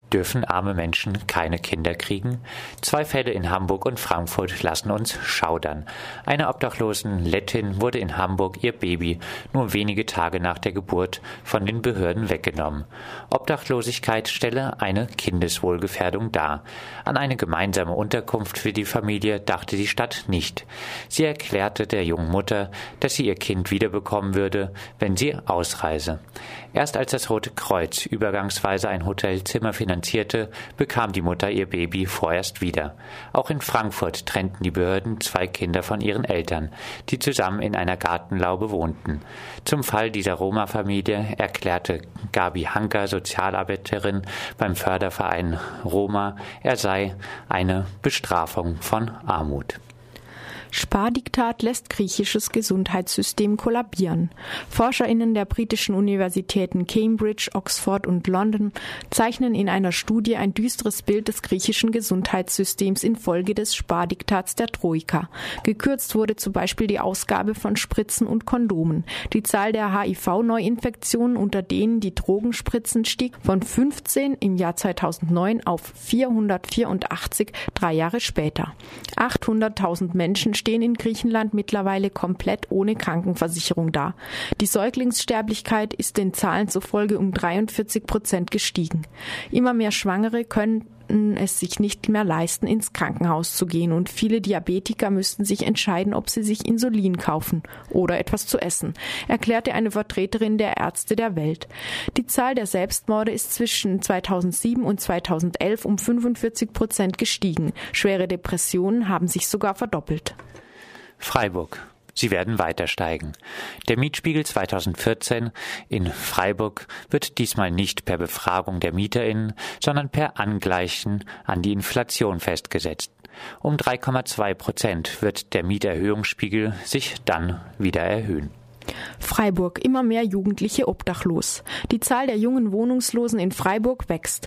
Dürfen arme Menschen keine Kinder kriegen? 2 Fälle in Hamburg und Frankfurt lassen uns schaudern. Einer obdachlosen Lettin wurde in Hamburg ihr Baby nur wenige Tage nach der Geburt von den Behörden weggenommen. Obdachlosigkeit stelle eine Kindeswohlgefährdung dar. An eine gemeinsame Unterkunft für die Familie dachte die Stadt nicht. Sie erklärte der jungen Mutter, dass sie ihr Kind wiederbekommen würde, wenn sie ausreise. Erst als das Rote Kreuz übergangsweise ein Hotelzimmer finanzierte, bekam die Mutter ihr Baby vorerst wieder. Auch in Frankfurt trennten die Behörden 2 Kinder von ihren Eltern, die zusammen in einer Gartenlaube wohnten. Zum Fall dieser Roma-Familie erklärte Gabi Hanker, Sozialarbeiterin beim Förderverein Roma, er sei eine Bestrafung von Armut. Spardiktat lässt griechisches Gesundheitssystem kollabieren. ForscherInnen der britischen Universitäten Cambridge, Oxford und London zeichnen in einer Studie ein düsteres Bild des griechischen Gesundheitssystems infolge des Spardiktats der Troika. Gekürzt wurde zum Beispiel die Ausgabe von Spritzen und Kondomen. Die Zahl der HIV-Neuinfektionen, unter denen die Drogen spritzen, stieg von 15 im Jahr 2009 auf 484 3 Jahre später. 800.000 Menschen stehen in Griechenland mittlerweile komplett ohne Krankenversicherung da. Die Säuglingssterblichkeit ist den Zahlen zufolge um 43% gestiegen. Immer mehr Schwangere können es sich nicht mehr leisten, ins Krankenhaus zu gehen, und viele Diabetiker müssten sich entscheiden, ob sie sich Insulin kaufen oder etwas zu essen, erklärte eine Vertreterin der Ärzte der Welt. Die Zahl der Selbstmorde ist zwischen 2007 und 2011 um 45% gestiegen. Schwere Depressionen haben sich sogar verdoppelt. Freiburg. Sie werden weiter steigen. Der Mietspiegel 2014 in Freiburg wird diesmal nicht per Befragung der MieterInnen, sondern per Angleichen an die Inflation festgesetzt. Um 3,2% wird der Mieterhöhungsspiegel sich dann wieder erhöhen. Freiburg, immer mehr Jugendliche obdachlos. Die Zahl der jungen Wohnungslosen in Freiburg wächst.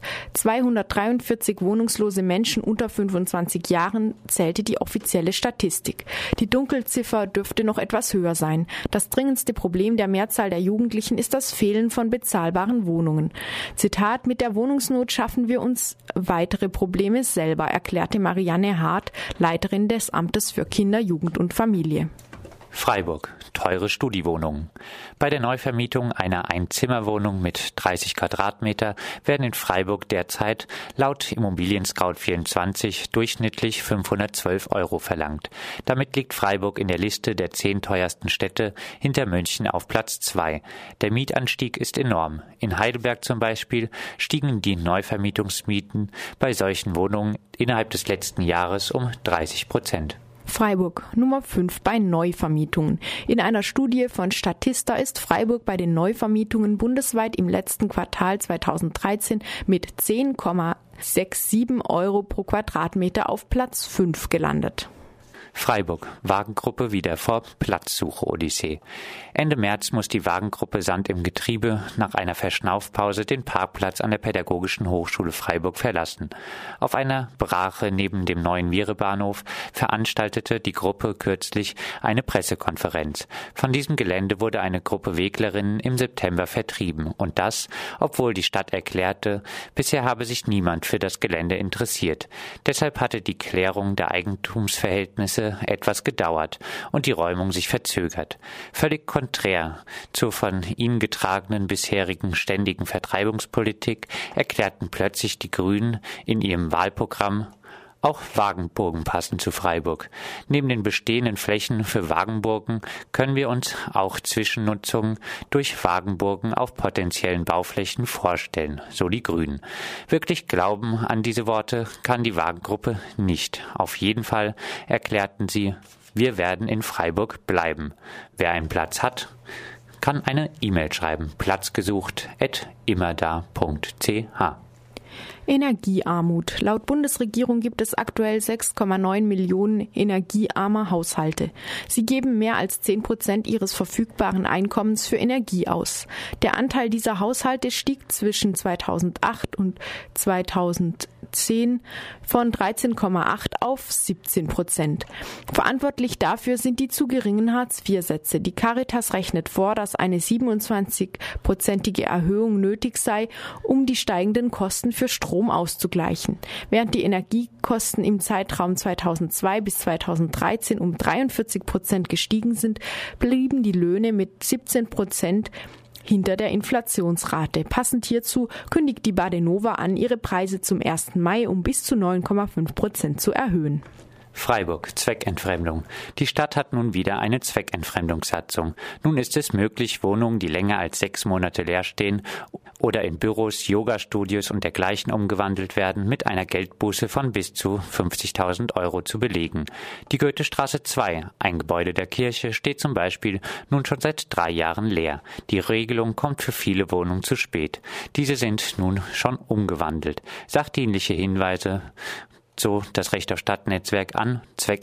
243 wohnungslose Menschen unter 25 Jahren zählte die offizielle Statistik. Die Dunkelziffer dürfte noch etwas höher sein. Das dringendste Problem der Mehrzahl der Jugendlichen ist das Fehlen von bezahlbaren Wohnungen. Zitat: Mit der Wohnungsnot schaffen wir uns weitere Probleme selber, erklärte Marianne Hart, Leiterin des Amtes für Kinder, Jugend und Familie. Freiburg. Teure Studiwohnungen. Bei der Neuvermietung einer Einzimmerwohnung mit 30 Quadratmeter werden in Freiburg derzeit laut Immobilien-Scout24 durchschnittlich 512 € verlangt. Damit liegt Freiburg in der Liste der 10 teuersten Städte hinter München auf Platz 2. Der Mietanstieg ist enorm. In Heidelberg zum Beispiel stiegen die Neuvermietungsmieten bei solchen Wohnungen innerhalb des letzten Jahres um 30%. Freiburg, Nummer 5 bei Neuvermietungen. In einer Studie von Statista ist Freiburg bei den Neuvermietungen bundesweit im letzten Quartal 2013 mit 10,67 € pro Quadratmeter auf Platz 5 gelandet. Freiburg. Wagengruppe wieder vor Platzsuche-Odyssee. Ende März muss die Wagengruppe Sand im Getriebe nach einer Verschnaufpause den Parkplatz an der Pädagogischen Hochschule Freiburg verlassen. Auf einer Brache neben dem neuen Viere-Bahnhof veranstaltete die Gruppe kürzlich eine Pressekonferenz. Von diesem Gelände wurde eine Gruppe Weglerinnen im September vertrieben. Und das, obwohl die Stadt erklärte, bisher habe sich niemand für das Gelände interessiert. Deshalb hatte die Klärung der Eigentumsverhältnisse etwas gedauert und die Räumung sich verzögert. Völlig konträr zur von ihnen getragenen bisherigen ständigen Vertreibungspolitik erklärten plötzlich die Grünen in ihrem Wahlprogramm: Auch Wagenburgen passen zu Freiburg. Neben den bestehenden Flächen für Wagenburgen können wir uns auch Zwischennutzungen durch Wagenburgen auf potenziellen Bauflächen vorstellen, so die Grünen. Wirklich glauben an diese Worte kann die Wagengruppe nicht. Auf jeden Fall erklärten sie: Wir werden in Freiburg bleiben. Wer einen Platz hat, kann eine E-Mail schreiben: platzgesucht@immerda.ch. Energiearmut. Laut Bundesregierung gibt es aktuell 6,9 Millionen energiearmer Haushalte. Sie geben mehr als 10% ihres verfügbaren Einkommens für Energie aus. Der Anteil dieser Haushalte stieg zwischen 2008 und 2010 2010 von 13,8 auf 17%. Verantwortlich dafür sind die zu geringen Hartz-IV-Sätze. Die Caritas rechnet vor, dass eine 27-prozentige Erhöhung nötig sei, um die steigenden Kosten für Strom auszugleichen. Während die Energiekosten im Zeitraum 2002 bis 2013 um 43% gestiegen sind, blieben die Löhne mit 17% hinter der Inflationsrate. Passend hierzu kündigt die Badenova an, ihre Preise zum 1. Mai um bis zu 9,5% zu erhöhen. Freiburg, Zweckentfremdung. Die Stadt hat nun wieder eine Zweckentfremdungssatzung. Nun ist es möglich, Wohnungen, die länger als 6 Monate leer stehen oder in Büros, Yoga-Studios und dergleichen umgewandelt werden, mit einer Geldbuße von bis zu 50.000 Euro zu belegen. Die Goethestraße 2, ein Gebäude der Kirche, steht zum Beispiel nun schon seit 3 Jahren leer. Die Regelung kommt für viele Wohnungen zu spät. Diese sind nun schon umgewandelt. Sachdienliche Hinweise so das Recht auf Stadtnetzwerk an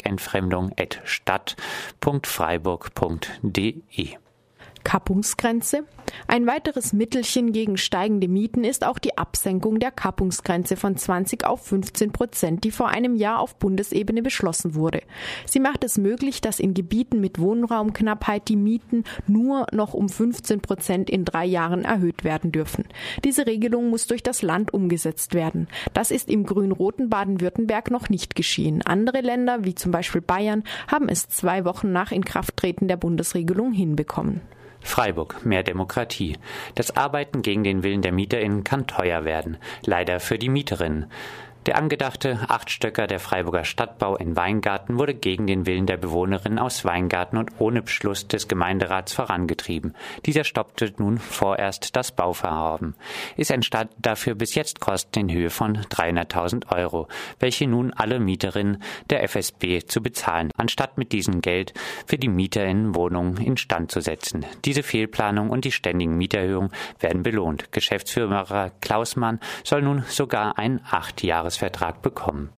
zweckentfremdung@stadt.freiburg.de. Kappungsgrenze. Ein weiteres Mittelchen gegen steigende Mieten ist auch die Absenkung der Kappungsgrenze von 20 auf 15%, die vor einem Jahr auf Bundesebene beschlossen wurde. Sie macht es möglich, dass in Gebieten mit Wohnraumknappheit die Mieten nur noch um 15% in 3 Jahren erhöht werden dürfen. Diese Regelung muss durch das Land umgesetzt werden. Das ist im grün-roten Baden-Württemberg noch nicht geschehen. Andere Länder, wie zum Beispiel Bayern, haben es 2 Wochen nach Inkrafttreten der Bundesregelung hinbekommen. Freiburg, mehr Demokratie. Das Arbeiten gegen den Willen der MieterInnen kann teuer werden. Leider für die Mieterinnen. Der angedachte 8-Stöcker der Freiburger Stadtbau in Weingarten wurde gegen den Willen der Bewohnerinnen aus Weingarten und ohne Beschluss des Gemeinderats vorangetrieben. Dieser stoppte nun vorerst das Bauvorhaben. Es entstand dafür bis jetzt Kosten in Höhe von 300.000 Euro, welche nun alle Mieterinnen der FSB zu bezahlen, anstatt mit diesem Geld für die MieterInnen Wohnungen instand zu setzen. Diese Fehlplanung und die ständigen Mieterhöhungen werden belohnt. Geschäftsführer Klausmann soll nun sogar einen 8-Jahres-Vertrag bekommen.